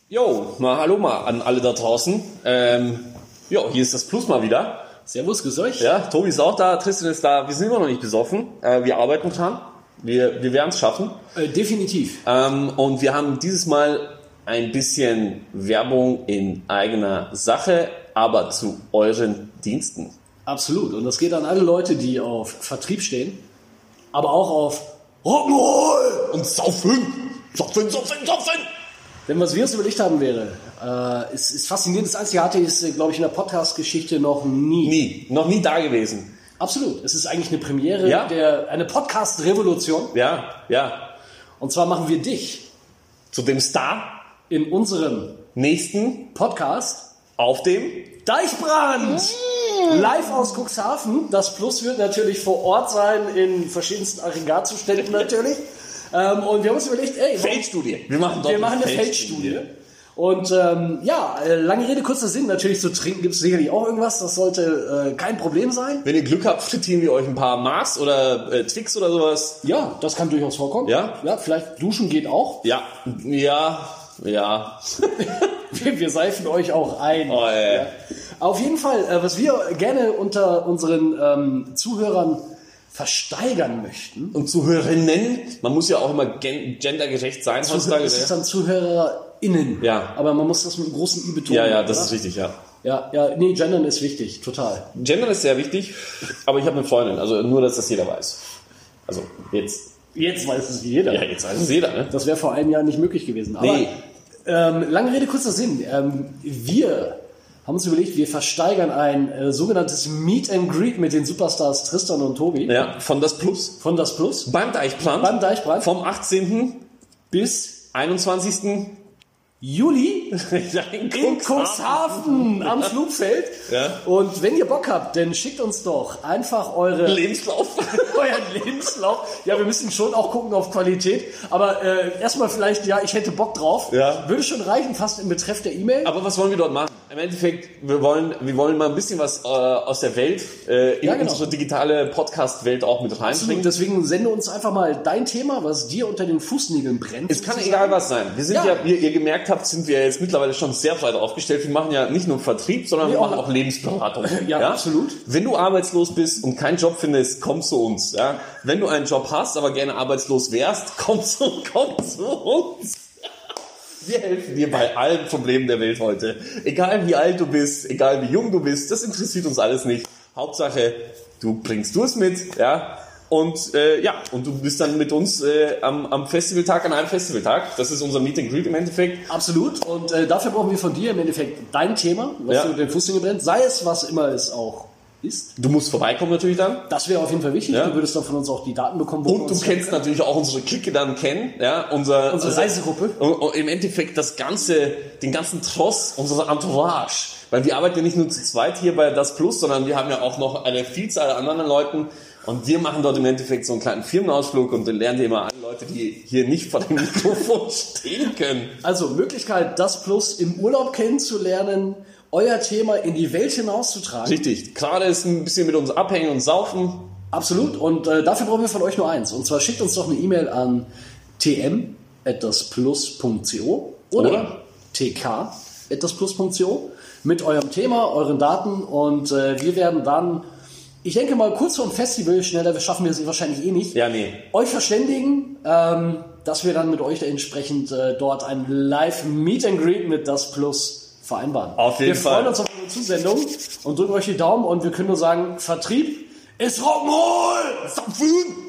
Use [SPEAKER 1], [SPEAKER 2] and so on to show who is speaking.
[SPEAKER 1] Jo, hallo mal an alle da draußen. Hier ist das Plus mal wieder.
[SPEAKER 2] Servus, grüß euch.
[SPEAKER 1] Ja, Tobi ist auch da, Tristan ist da. Wir sind immer noch nicht besoffen. Wir arbeiten dran. Wir werden es schaffen.
[SPEAKER 2] Definitiv.
[SPEAKER 1] Und wir haben dieses Mal ein bisschen Werbung in eigener Sache, aber zu euren Diensten.
[SPEAKER 2] Absolut. Und das geht an alle Leute, die auf Vertrieb stehen, aber auch auf Rock'n'Roll
[SPEAKER 1] und Saufen.
[SPEAKER 2] Denn was wir uns überlegt haben wäre, es ist faszinierend, das Einzigartige ist, glaube ich, in der Podcast-Geschichte noch nie
[SPEAKER 1] da gewesen.
[SPEAKER 2] Absolut. Es ist eigentlich eine Premiere,
[SPEAKER 1] Ja.
[SPEAKER 2] eine Podcast-Revolution.
[SPEAKER 1] Ja.
[SPEAKER 2] Und zwar machen wir dich
[SPEAKER 1] Zu dem Star
[SPEAKER 2] in unserem
[SPEAKER 1] nächsten
[SPEAKER 2] Podcast
[SPEAKER 1] auf dem
[SPEAKER 2] Deichbrand! Live aus Cuxhaven. Das Plus wird natürlich vor Ort sein, in verschiedensten Aggregatzuständen natürlich. Und wir haben uns überlegt,
[SPEAKER 1] Feldstudie. Wir machen
[SPEAKER 2] eine Feldstudie. Und lange Rede, kurzer Sinn. Natürlich zu trinken gibt es sicherlich auch irgendwas. Das sollte kein Problem sein.
[SPEAKER 1] Wenn ihr Glück habt, frittieren wir euch ein paar Mars oder Twix oder sowas.
[SPEAKER 2] Ja, das kann durchaus vorkommen.
[SPEAKER 1] Ja,
[SPEAKER 2] vielleicht duschen geht auch.
[SPEAKER 1] Ja.
[SPEAKER 2] Wir seifen euch auch ein.
[SPEAKER 1] Oh,
[SPEAKER 2] ja. Auf jeden Fall, was wir gerne unter unseren Zuhörern versteigern möchten.
[SPEAKER 1] Und Zuhörerinnen, man muss ja auch immer gendergerecht sein.
[SPEAKER 2] Das ist dann ZuhörerInnen.
[SPEAKER 1] Ja.
[SPEAKER 2] Aber man muss das mit einem großen I betonen.
[SPEAKER 1] Ja, das ist richtig, ja.
[SPEAKER 2] Ja, gendern ist wichtig, total.
[SPEAKER 1] Gendern ist sehr wichtig, aber ich habe eine Freundin, also nur, dass das jeder weiß. Also jetzt.
[SPEAKER 2] Jetzt weiß es jeder.
[SPEAKER 1] Ja, jetzt weiß es jeder, ne?
[SPEAKER 2] Das wäre vor einem Jahr nicht möglich gewesen. Aber, lange Rede, kurzer Sinn. Wir haben uns überlegt, wir versteigern ein sogenanntes Meet and Greet mit den Superstars Tristan und Tobi.
[SPEAKER 1] Ja, von das Plus. Beim Deichbrand. Vom 18.
[SPEAKER 2] bis
[SPEAKER 1] 21.
[SPEAKER 2] Juli in Cuxhaven am Flugfeld.
[SPEAKER 1] Ja.
[SPEAKER 2] Und wenn ihr Bock habt, dann schickt uns doch einfach euren Lebenslauf. Ja, wir müssen schon auch gucken auf Qualität. Aber erstmal vielleicht, ich hätte Bock drauf.
[SPEAKER 1] Ja.
[SPEAKER 2] Würde schon reichen, fast im Betreff der E-Mail.
[SPEAKER 1] Aber was wollen wir dort machen? Im Endeffekt, wir wollen mal ein bisschen was aus der Welt in unsere digitale Podcast-Welt auch mit reinbringen.
[SPEAKER 2] Absolut. Deswegen sende uns einfach mal dein Thema, was dir unter den Fußnägeln brennt.
[SPEAKER 1] Es kann egal was sein. Wir sind wie ihr gemerkt habt, sind wir jetzt mittlerweile schon sehr breit aufgestellt. Wir machen ja nicht nur Vertrieb, sondern wir machen auch Lebensberatung.
[SPEAKER 2] Ja, absolut.
[SPEAKER 1] Wenn du arbeitslos bist und keinen Job findest, komm zu uns. Ja? Wenn du einen Job hast, aber gerne arbeitslos wärst, komm zu uns. Wir helfen dir bei allen Problemen der Welt heute. Egal wie alt du bist, egal wie jung du bist, das interessiert uns alles nicht. Hauptsache, du bringst es mit, ja. Und du bist dann mit uns am Festivaltag, an einem Festivaltag. Das ist unser Meet and Greet im Endeffekt.
[SPEAKER 2] Absolut. Und dafür brauchen wir von dir im Endeffekt dein Thema, was dir mit den Fußnägeln brennt. Sei es, was immer es auch ist.
[SPEAKER 1] Du musst vorbeikommen natürlich dann.
[SPEAKER 2] Das wäre auf jeden Fall wichtig. Ja. Du würdest dann von uns auch die Daten bekommen.
[SPEAKER 1] Und du kennst natürlich auch unsere Clique dann kennen. Ja, unsere
[SPEAKER 2] Reisegruppe.
[SPEAKER 1] Und im Endeffekt den ganzen Tross, unsere Entourage. Weil wir arbeiten ja nicht nur zu zweit hier bei Das Plus, sondern wir haben ja auch noch eine Vielzahl an anderen Leuten. Und wir machen dort im Endeffekt so einen kleinen Firmenausflug und dann lernen wir immer alle Leute, die hier nicht vor dem Mikrofon stehen können.
[SPEAKER 2] Also Möglichkeit, Das Plus im Urlaub kennenzulernen, euer Thema in die Welt hinauszutragen.
[SPEAKER 1] Richtig. Gerade ist ein bisschen mit uns abhängen und saufen.
[SPEAKER 2] Absolut. Und dafür brauchen wir von euch nur eins. Und zwar schickt uns doch eine E-Mail an tm@dasplus.co oder tk@dasplus.co mit eurem Thema, euren Daten und wir werden dann, ich denke mal kurz vor dem Festival, schneller schaffen wir es wahrscheinlich eh nicht, euch verständigen, dass wir dann mit euch entsprechend dort ein Live-Meet and Greet mit Das Plus vereinbaren.
[SPEAKER 1] Auf jeden Fall.
[SPEAKER 2] Wir freuen uns auf eure Zusendung und drücken euch die Daumen und wir können nur sagen, Vertrieb ist Rock'n'Roll!
[SPEAKER 1] Saufen!